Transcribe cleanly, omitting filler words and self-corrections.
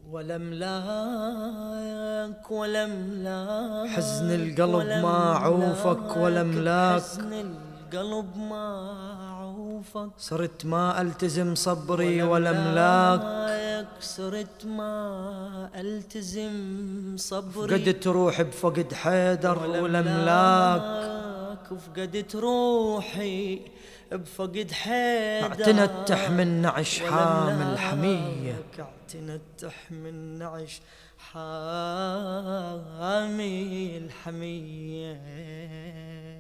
ولا ملاك حزن القلب ما عوفك ولا ملاك، حزن القلب ما عوفك، صرت ما التزم صبري ولا ملاك، صرت ما التزم صبري، فقدت روحي بفقد حيدر ولا ملاك، وفقدت روحي بفقد حيدر، اعتنت تحمل نعش حامل حمية، اعتنت تحمل نعش حامل حمية.